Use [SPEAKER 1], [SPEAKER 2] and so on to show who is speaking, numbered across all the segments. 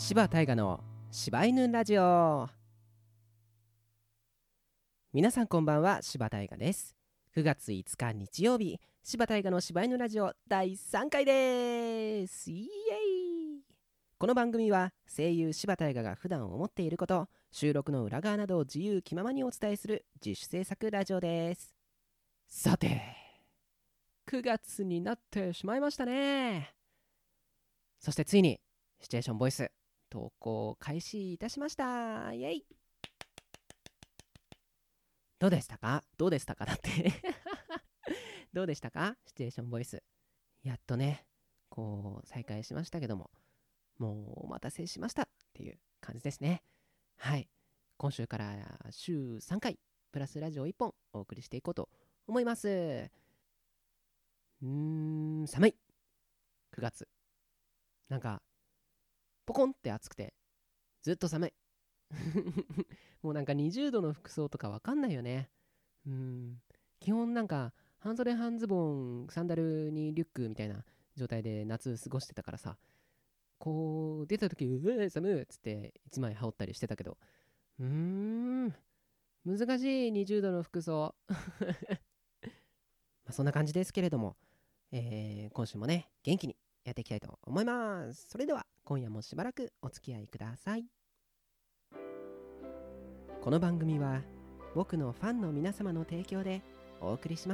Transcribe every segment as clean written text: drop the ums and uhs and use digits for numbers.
[SPEAKER 1] 柴大河の柴犬ラジオ。皆さんこんばんは、柴大河です。9月5日日曜日、柴大河の柴犬ラジオ第3回です。イエイ。この番組は声優柴大河が普段思っていること、収録の裏側などを自由気ままにお伝えする自主制作ラジオです。さて、9月になってしまいましたね。そしてついにシチュエーションボイス投稿開始いたしました。イエイ。どうでしたかだってどうでしたかシチュエーションボイス。やっとねこう再開しましたけども、もうお待たせしましたっていう感じですね。はい、今週から週3回プラスラジオ1本お送りしていこうと思います。寒い。9月なんかポコンって暑くてずっと寒いもうなんか20度の服装とかわかんないよね。基本なんか半袖半ズボンサンダルにリュックみたいな状態で夏過ごしてたからさ、こう出た時寒いっつって1枚羽織ったりしてたけど、難しい20度の服装まあそんな感じですけれども、今週もね元気にやっていきたいと思います。それでは今夜もしばらくお付き合いください。この番組は僕のファンの皆様の提供でお送りします。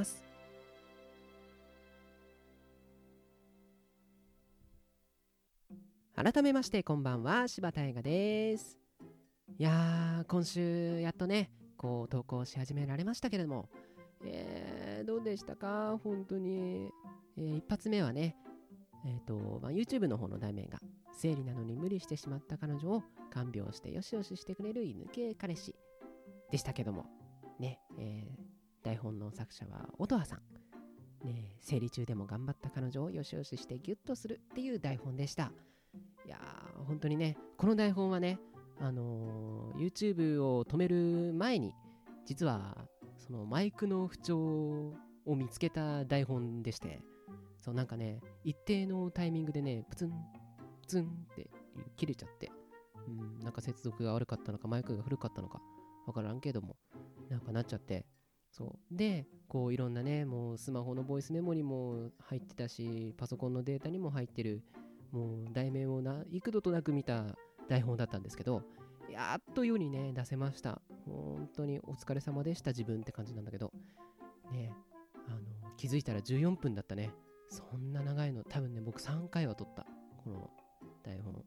[SPEAKER 1] 改めましてこんばんは、柴大河です。いやー、今週やっとねこう投稿し始められましたけれども、どうでしたか本当に。一発目はねYouTube の方の題名が生理なのに無理してしまった彼女を看病してよしよししてくれる犬系彼氏でしたけどもね、台本の作者は音羽さん、ね、生理中でも頑張った彼女をよしよししてギュッとするっていう台本でした。いやー本当にねこの台本はねYouTube を止める前に実はそのマイクの不調を見つけた台本でして、そうなんかね一定のタイミングでねプツンプツンって切れちゃって、なんか接続が悪かったのかマイクが古かったのかわからんけどもなんかなっちゃって、そうでこういろんなねもうスマホのボイスメモにも入ってたしパソコンのデータにも入ってるもう題名を幾度となく見た台本だったんですけど、やっと世にね出せました。本当にお疲れ様でした自分って感じなんだけどね。気づいたら14分だったね。そんな長いの多分ね僕3回は撮ったこの台本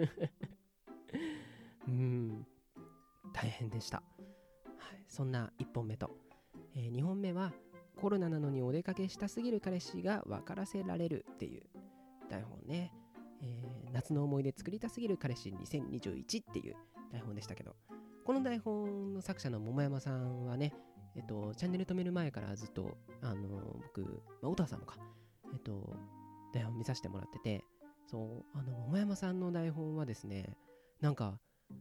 [SPEAKER 1] 大変でした。はい、そんな1本目と、2本目はコロナなのにお出かけしたすぎる彼氏が分からせられるっていう台本ね。夏の思い出作りたすぎる彼氏2021っていう台本でしたけど、この台本の作者の桃山さんはねチャンネル止める前からずっと僕、音羽さんもか台本見させてもらってて、そう桃山さんの台本はですねなんか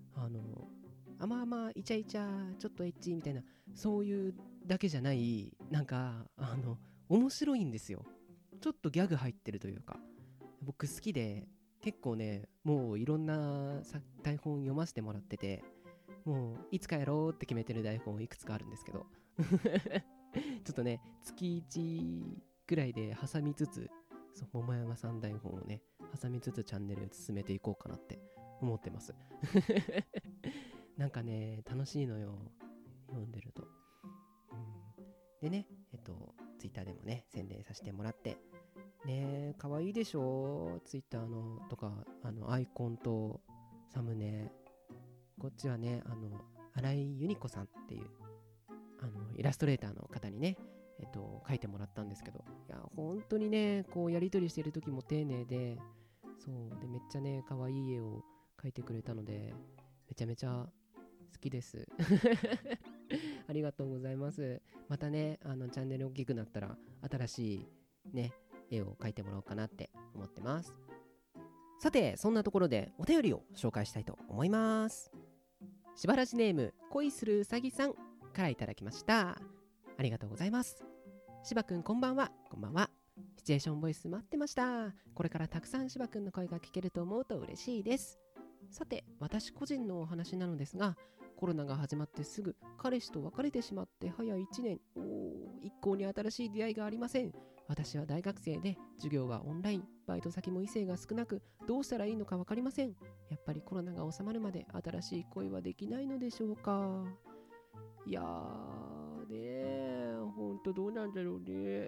[SPEAKER 1] イチャイチャちょっとエッチみたいなそういうだけじゃないなんか面白いんですよ。ちょっとギャグ入ってるというか僕好きで結構ねもういろんな台本読ませてもらってて、もういつかやろうって決めてる台本いくつかあるんですけどちょっとね月1くらいで挟みつつ桃山さん台本をね挟みつつチャンネル進めていこうかなって思ってますなんかね楽しいのよ読んでると、でねツイッターでもね宣伝させてもらってね、可愛いでしょツイッターのとかアイコンとサムネ。こっちはね新井由美子さんっていうイラストレーターの方にね書いてもらったんですけど、いや本当にねこうやり取りしてる時も丁寧で、そうでめっちゃね可愛い絵を描いてくれたのでめちゃめちゃ好きですありがとうございます。またねチャンネル大きくなったら新しいね絵を描いてもらおうかなって思ってます。さてそんなところでお便りを紹介したいと思います。しばらじネーム恋するうさぎさんからいただきました。ありがとうございます。しばくんこんばんは。こんばんは。シチュエーションボイス待ってました。これからたくさんしばくんの声が聞けると思うと嬉しいです。 さて、私個人のお話なのですが、コロナが始まってすぐ彼氏と別れてしまって早1年。一向に新しい出会いがありません。私は大学生で授業はオンライン、バイト先も異性が少なく、どうしたらいいのか分かりません。やっぱりコロナが収まるまで新しい恋はできないのでしょうか。いやーねー、ほんとどうなんだろうね。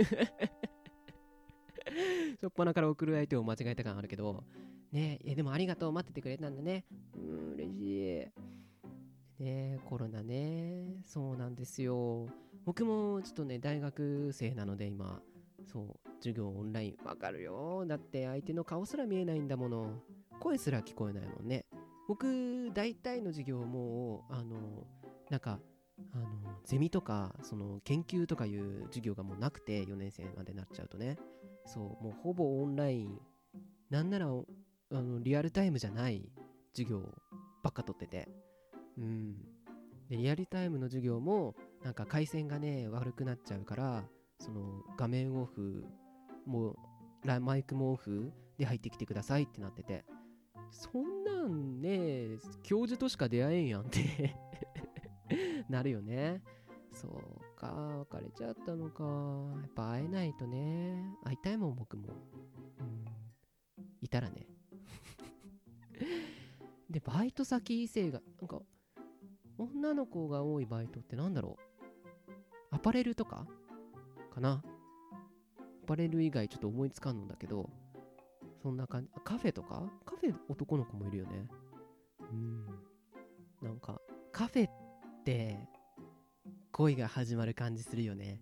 [SPEAKER 1] しょっぱなから送る相手を間違えた感あるけど、ねえ、でもありがとう、待っててくれたんだね。嬉しい。ね、コロナね、そうなんですよ。僕もちょっとね、大学生なので今、そう、授業オンライン、わかるよ。だって相手の顔すら見えないんだもの。声すら聞こえないもんね。僕、大体の授業も、なんか、ゼミとか、その研究とかいう授業がもうなくて、4年生までなっちゃうとね。そう、もうほぼオンライン、なんなら、リアルタイムじゃない授業ばっか取ってて。うん。で、リアルタイムの授業も、なんか回線がね、悪くなっちゃうから、その画面オフ、もう、マイクもオフで入ってきてくださいってなってて、そんなんね、教授としか出会えんやんってなるよね。そうか、別れちゃったのか。やっぱ会えないとね、会いたいもん、僕も。うん、いたらね。で、バイト先異性が、なんか、女の子が多いバイトってなんだろう。アパレルとかかな。アパレル以外ちょっと思いつかんのだけど、そんな感じ。カフェとかカフェ男の子もいるよね。うん。なんか、カフェって恋が始まる感じするよね。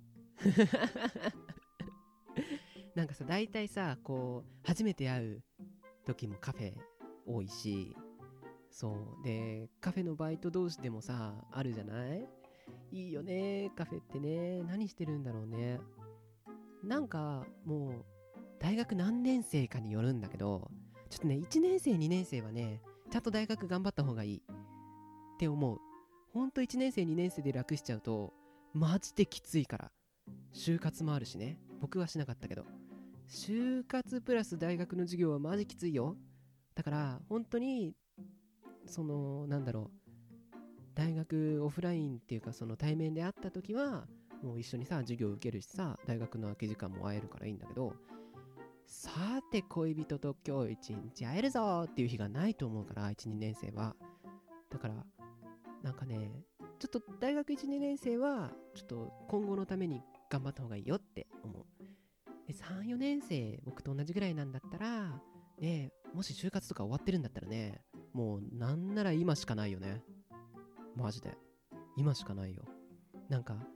[SPEAKER 1] なんかさ、大体さ、こう、初めて会う時もカフェ多いし、そう。で、カフェのバイト同士でもさ、あるじゃない？いいよね、カフェってね。何してるんだろうね。なんか、もう、大学何年生かによるんだけど、ちょっとね、1年生、2年生はね、ちゃんと大学頑張った方がいいって思う。ほんと1年生、2年生で楽しちゃうと、マジできついから。就活もあるしね。僕はしなかったけど。就活プラス大学の授業はマジきついよ。だから、本当に、なんだろう、大学オフラインっていうか、その対面で会った時は、もう一緒にさ、授業受けるしさ、大学の空き時間も会えるからいいんだけど、さて恋人と今日一日会えるぞっていう日がないと思うから、1、2年生は。だから、なんかね、ちょっと大学1、2年生は、ちょっと今後のために頑張った方がいいよって思う。で、3、4年生、僕と同じぐらいなんだったら、ね、もし就活とか終わってるんだったらね、もうなんなら今しかないよね。マジで。今しかないよ。なんか、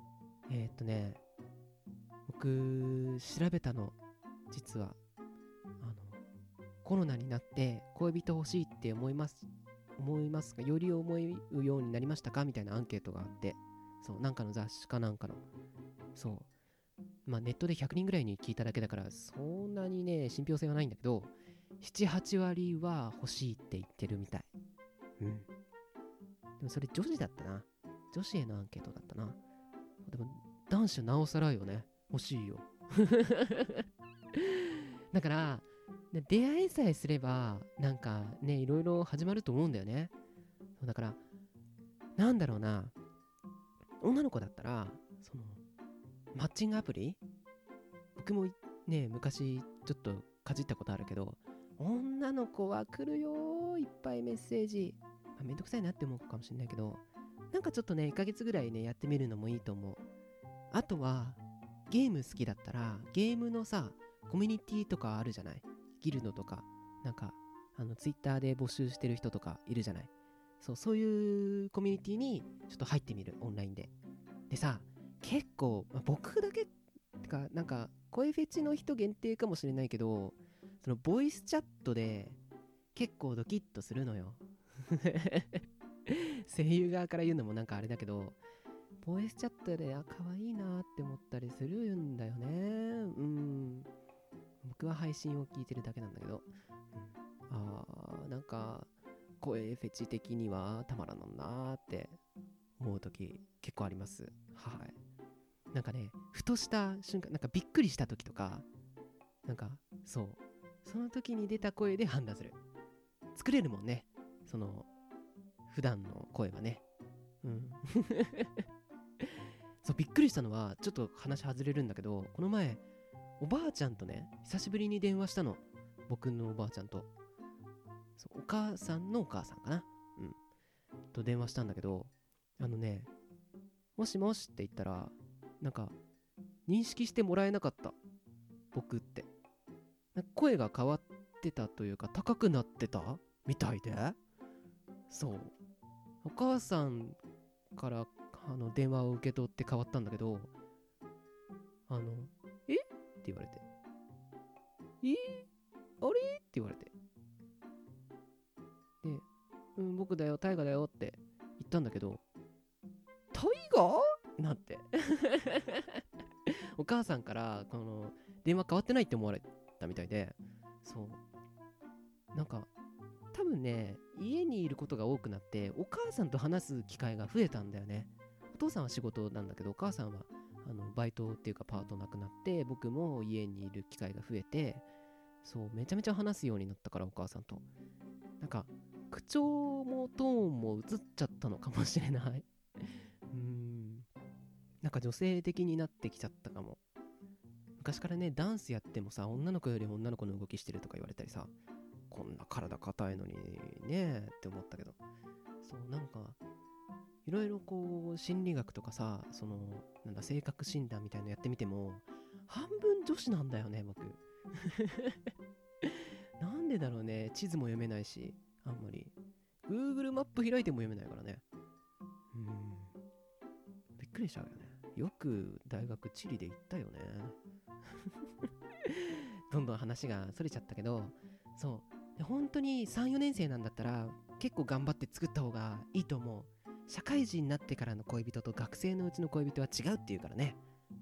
[SPEAKER 1] 僕、調べたの。実は、コロナになって恋人欲しいって思いますが、より思うようになりましたかみたいなアンケートがあって、そう、なんかの雑誌かなんかの。そう。まあネットで100人ぐらいに聞いただけだから、そんなにね、信憑性はないんだけど、7、8割は欲しいって言ってるみたい。うん。でもそれ女子だったな。女子へのアンケートだったな。でも男子はなおさらよね。欲しいよ。だから、出会いさえすれば、なんかね、いろいろ始まると思うんだよね。だから、なんだろうな、女の子だったら、マッチングアプリ僕もね、昔ちょっとかじったことあるけど、女の子は来るよー、いっぱいメッセージ。めんどくさいなって思うかもしれないけど、なんかちょっとね、1ヶ月ぐらいね、やってみるのもいいと思う。あとは、ゲーム好きだったら、ゲームのさ、コミュニティとかあるじゃない？ギルドとか、なんか、ツイッターで募集してる人とかいるじゃない？そういうコミュニティにちょっと入ってみる、オンラインで。でさ、結構、僕だけてか、なんか、声フェチの人限定かもしれないけど、そのボイスチャットで結構ドキッとするのよ。声優側から言うのもなんかあれだけど、ボイスチャットで、可愛いなって思ったりするんだよね。うん。僕は配信を聞いてるだけなんだけど、なんか、声フェチ的にはたまらんのなーって思うとき結構あります。はい。なんかね、ふとした瞬間、なんかびっくりしたときとか、なんか、そう。その時に出た声で判断する。 作れるもんね、その普段の声はね。そう、びっくりしたのは、ちょっと話外れるんだけど、この前おばあちゃんとね、久しぶりに電話したの。僕のおばあちゃんと、そうお母さんのお母さんかな、と電話したんだけど、もしもしって言ったら、なんか認識してもらえなかった。僕ってなんか声が変わってたというか、高くなってたみたいで、そうお母さんから電話を受け取って変わったんだけど、えって言われて、あれって言われて、で、僕だよ、タイガだよって言ったんだけど、タイガなってお母さんからこの電話変わってないって思われたみたいで、そうなんか多分ね、家にいることが多くなってお母さんと話す機会が増えたんだよね。お父さんは仕事なんだけど、お母さんはバイトっていうかパートなくなって、僕も家にいる機会が増えて、そうめちゃめちゃ話すようになったから、お母さんとなんか口調もトーンも移っちゃったのかもしれないなんか女性的になってきちゃったかも。昔からね、ダンスやってもさ、女の子より女の子の動きしてるとか言われたりさ、こんな体硬いのにねって思ったけど、そうなんかいろいろこう心理学とかさ、そのなんだ性格診断みたいなのやってみても、半分女子なんだよね、僕なんでだろうね。地図も読めないし、あんまり Google マップ開いても読めないからね。びっくりしちゃうよね。よく大学地理で行ったよねどんどん話がそれちゃったけど、そうで本当に3、4年生なんだったら結構頑張って作った方がいいと思う。社会人になってからの恋人と学生のうちの恋人は違うっていうからね。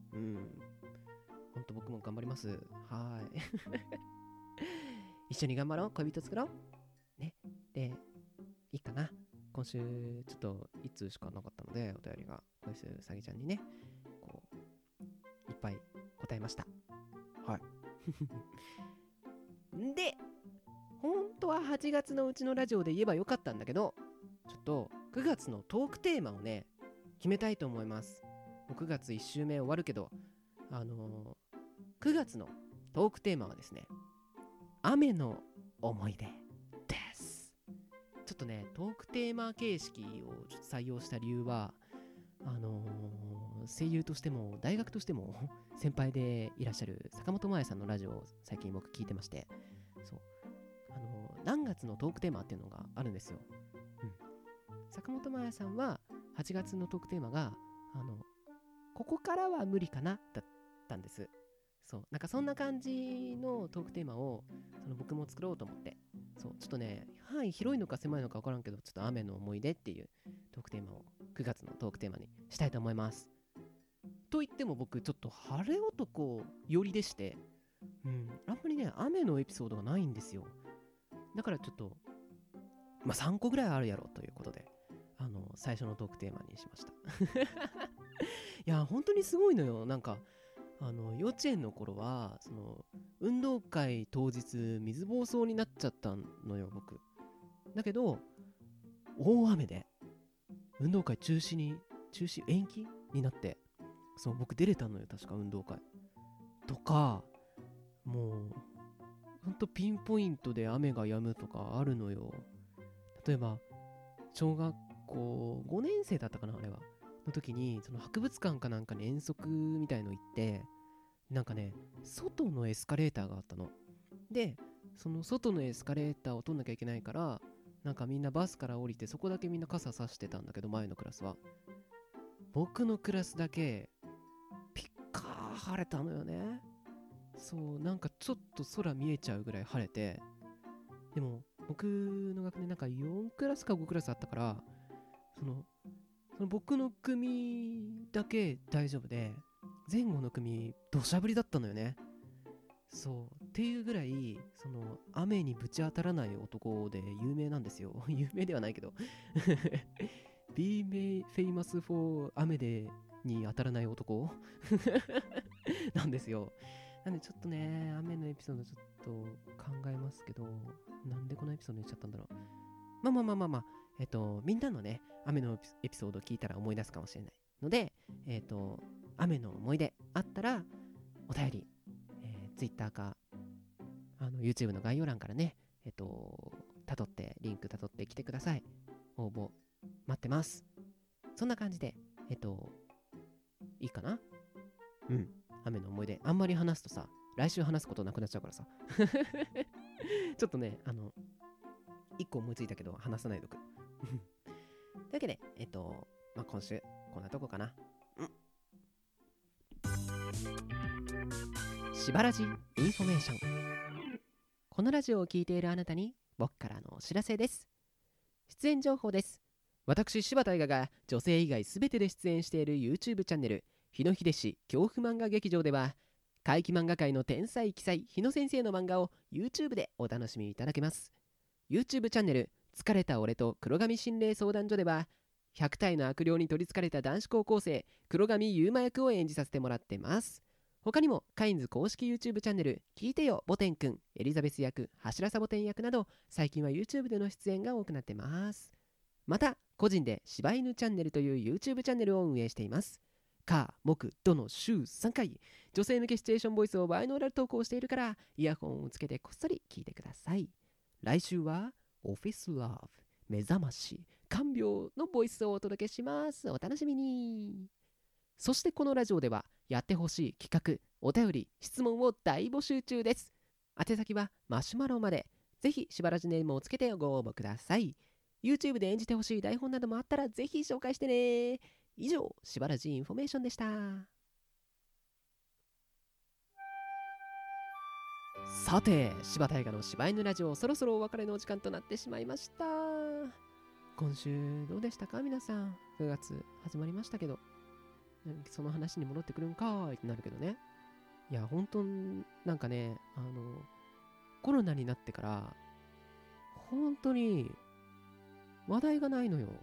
[SPEAKER 1] ほんと僕も頑張ります。はい一緒に頑張ろう、恋人作ろうね。で、いいかな、今週ちょっと1通しかなかったので、お便りが恋するうさぎちゃんにね、こういっぱい答えました。はいで、本当は8月のうちのラジオで言えばよかったんだけど、ちょっと9月のトークテーマをね、決めたいと思います。もう9月1週目終わるけど、9月のトークテーマはですね、雨の思い出です。ちょっとね、トークテーマ形式をちょっと採用した理由は、声優としても大学としても先輩でいらっしゃる坂本真綾さんのラジオを最近僕聞いてまして、そう何月のトークテーマっていうのがあるんですよ。坂本真綾さんは8月のトークテーマがここからは無理かなだったんです。そうなんかそんな感じのトークテーマを僕も作ろうと思って、そうちょっとね、範囲広いのか狭いのか分からんけど、ちょっと雨の思い出っていうトークテーマを9月のトークテーマにしたいと思います。と言っても僕ちょっと晴れ男寄りでして、あんまりね雨のエピソードがないんですよ。だからちょっと3個ぐらいあるやろということで、最初のトークテーマにしましたいや本当にすごいのよ。なんか幼稚園の頃は運動会当日水暴走になっちゃったのよ僕。だけど大雨で運動会延期になって、そう僕出れたのよ、確か運動会とか。もうほんとピンポイントで雨が止むとかあるのよ。例えば小学校5年生だったかな、あれはの時に博物館かなんかに遠足みたいの行って、なんかね外のエスカレーターがあったので、その外のエスカレーターを取んなきゃいけないから、なんかみんなバスから降りて、そこだけみんな傘さしてたんだけど、前のクラスは。僕のクラスだけピッカー晴れたのよね。そうなんかちょっと空見えちゃうぐらい晴れて、でも僕の学年なんか4クラスか5クラスあったから、その僕の組だけ大丈夫で、前後の組土砂降りだったのよね。そうっていうぐらい雨にぶち当たらない男で有名なんですよ有名ではないけどBe famous for 雨に当たらない男なんですよ。 なんでちょっとね、雨のエピソードちょっと考えますけど、なんでこのエピソードにしちゃったんだろう。まあまあまあまあまあ、みんなのね、雨のエピソードを聞いたら思い出すかもしれないので、雨の思い出あったら、お便り、Twitter か、YouTube の概要欄からね、リンク辿ってきてください。応募、待ってます。そんな感じで、いいかな？うん。雨の思い出。あんまり話すとさ、来週話すことなくなっちゃうからさ。ちょっとね、一個思いついたけど、話さないでおく。というわけで、今週、こんなとこかな。しばらじインフォメーション。このラジオを聞いているあなたに、僕からのお知らせです。出演情報です。私、柴田映画が女性以外すべてで出演している YouTube チャンネル、日野秀氏恐怖漫画劇場では、怪奇漫画界の天才奇才日野先生の漫画を YouTube でお楽しみいただけます。 YouTube チャンネル疲れた俺と黒髪心霊相談所では、100体の悪霊に取りつかれた男子高校生黒髪優馬役を演じさせてもらってます。他にもカインズ公式 YouTube チャンネル聞いてよボテンくんエリザベス役柱サボテン役など、最近は YouTube での出演が多くなってます。また個人で柴犬チャンネルという YouTube チャンネルを運営しています。火木土の週3回、女性向けシチュエーションボイスをバイノーラル投稿しているから、イヤホンをつけてこっそり聞いてください。来週はオフィスラブ、目覚まし、看病のボイスをお届けします。お楽しみに。そしてこのラジオではやってほしい企画、お便り、質問を大募集中です。宛先はマシュマロまで。ぜひしばらじネームをつけてご応募ください。YouTube で演じてほしい台本などもあったらぜひ紹介してね。以上、しばらじインフォメーションでした。さて、柴田映画の柴犬ラジオ、そろそろお別れのお時間となってしまいました。今週どうでしたか皆さん。9月始まりましたけど、その話に戻ってくるんかーいってなるけどね。いや、本当なんかね、コロナになってから、本当に話題がないのよ。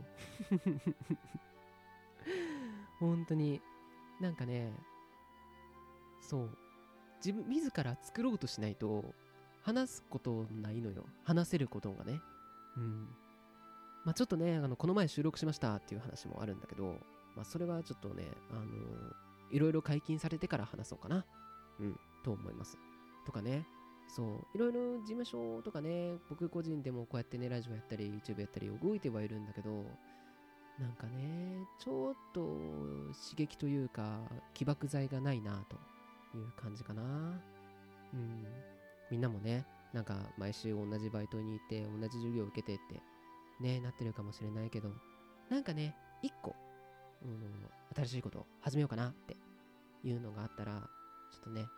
[SPEAKER 1] 本当になんかね、そう自ら作ろうとしないと話すことないのよ。話せることがね。まあちょっとね、この前収録しましたっていう話もあるんだけど、まあそれはちょっとね、いろいろ解禁されてから話そうかな。と思います。とかね、そう、いろいろ事務所とかね、僕個人でもこうやってね、ラジオやったり、YouTube やったり動いてはいるんだけど、なんかね、ちょっと刺激というか、起爆剤がないなという感じかな。みんなもね、なんか毎週同じバイトに行って同じ授業を受けてってね、なってるかもしれないけど、なんかね、一個、新しいことを始めようかなっていうのがあったら、ちょっとね、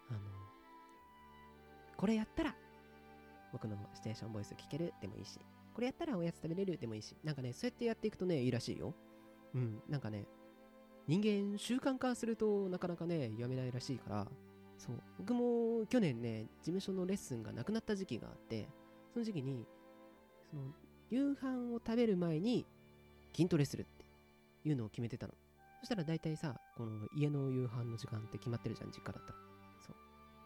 [SPEAKER 1] これやったら僕のステーションボイス聞けるでもいいし、これやったらおやつ食べれるでもいいし、なんかね、そうやってやっていくとね、いいらしいよ。なんかね、人間習慣化するとなかなかね、やめないらしいから、そう、僕も去年ね、事務所のレッスンがなくなった時期があって、その時期に、その、夕飯を食べる前に筋トレするっていうのを決めてたの。そしたら大体さ、この家の夕飯の時間って決まってるじゃん、実家だったら。そう。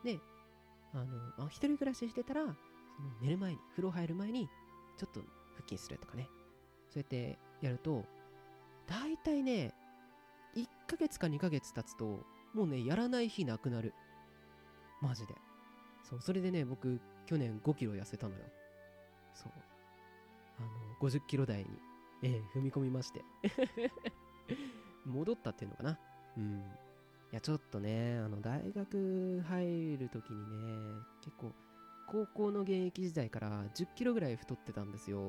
[SPEAKER 1] で、一人暮らししてたら、その寝る前に、風呂入る前に、ちょっと腹筋するとかね。そうやってやると、大体ね、1ヶ月か2ヶ月経つと、もうね、やらない日なくなる。マジで。そう、それでね、僕、去年5キロ痩せたのよ。そう。50キロ台に、踏み込みまして。戻ったっていうのかな。いや、ちょっとね、大学入るときにね、結構、高校の現役時代から10キロぐらい太ってたんですよ。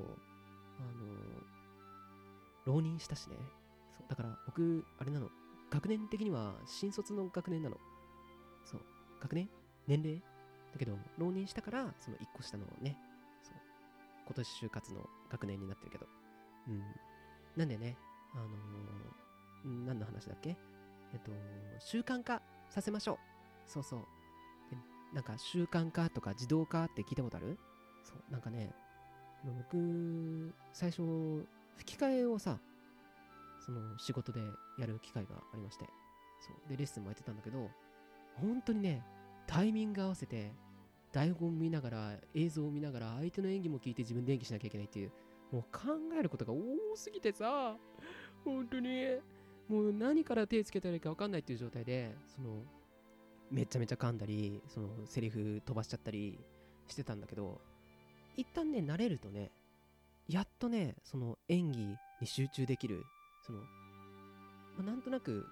[SPEAKER 1] 浪人したしね。そう、だから僕、あれなの。学年的には新卒の学年なの。そう、学年年齢だけど、浪人したから、その1個下のね、そう、今年就活の学年になってるけど。なんでね、何の話だっけ？習慣化させましょう。そうそう。で、なんか習慣化とか自動化って聞いたことある？そう、なんかね、僕、最初、吹き替えをさ、その仕事でやる機会がありまして、そう。で、レッスンもやってたんだけど、本当にね、 タイミング合わせて台本見ながら映像を見ながら相手の演技も聞いて自分で演技しなきゃいけないっていう、もう考えることが多すぎてさ、本当にもう何から手つけたらいいか分かんないっていう状態で、めちゃめちゃ噛んだり、セリフ飛ばしちゃったりしてたんだけど、一旦ね慣れるとね、やっとね演技に集中できる、なんとなく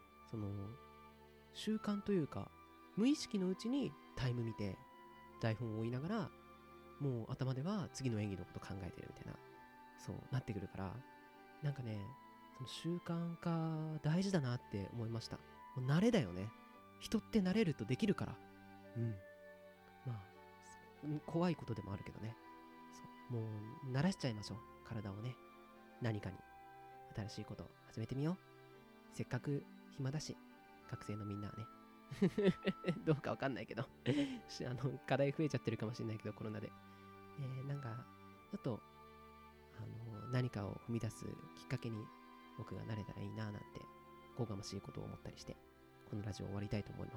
[SPEAKER 1] 習慣というか無意識のうちにタイム見て台本を追いながら、もう頭では次の演技のこと考えてるみたいな、そうなってくるから、なんかね習慣化大事だなって思いました。もう慣れだよね。人って慣れるとできるから。まあ怖いことでもあるけどね。そうもう慣らしちゃいましょう、体をね。何かに新しいこと始めてみよう。せっかく暇だし、学生のみんなはね。どうかわかんないけど課題増えちゃってるかもしれないけど、コロナで、なんかちょっと何かを踏み出すきっかけに僕がなれたらいいななんて、こがましいことを思ったりして、このラジオを終わりたいと思います。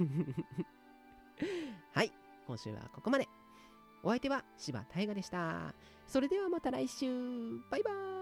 [SPEAKER 1] はい、今週はここまで。お相手は柴大河でした。それではまた来週。バイバーイ。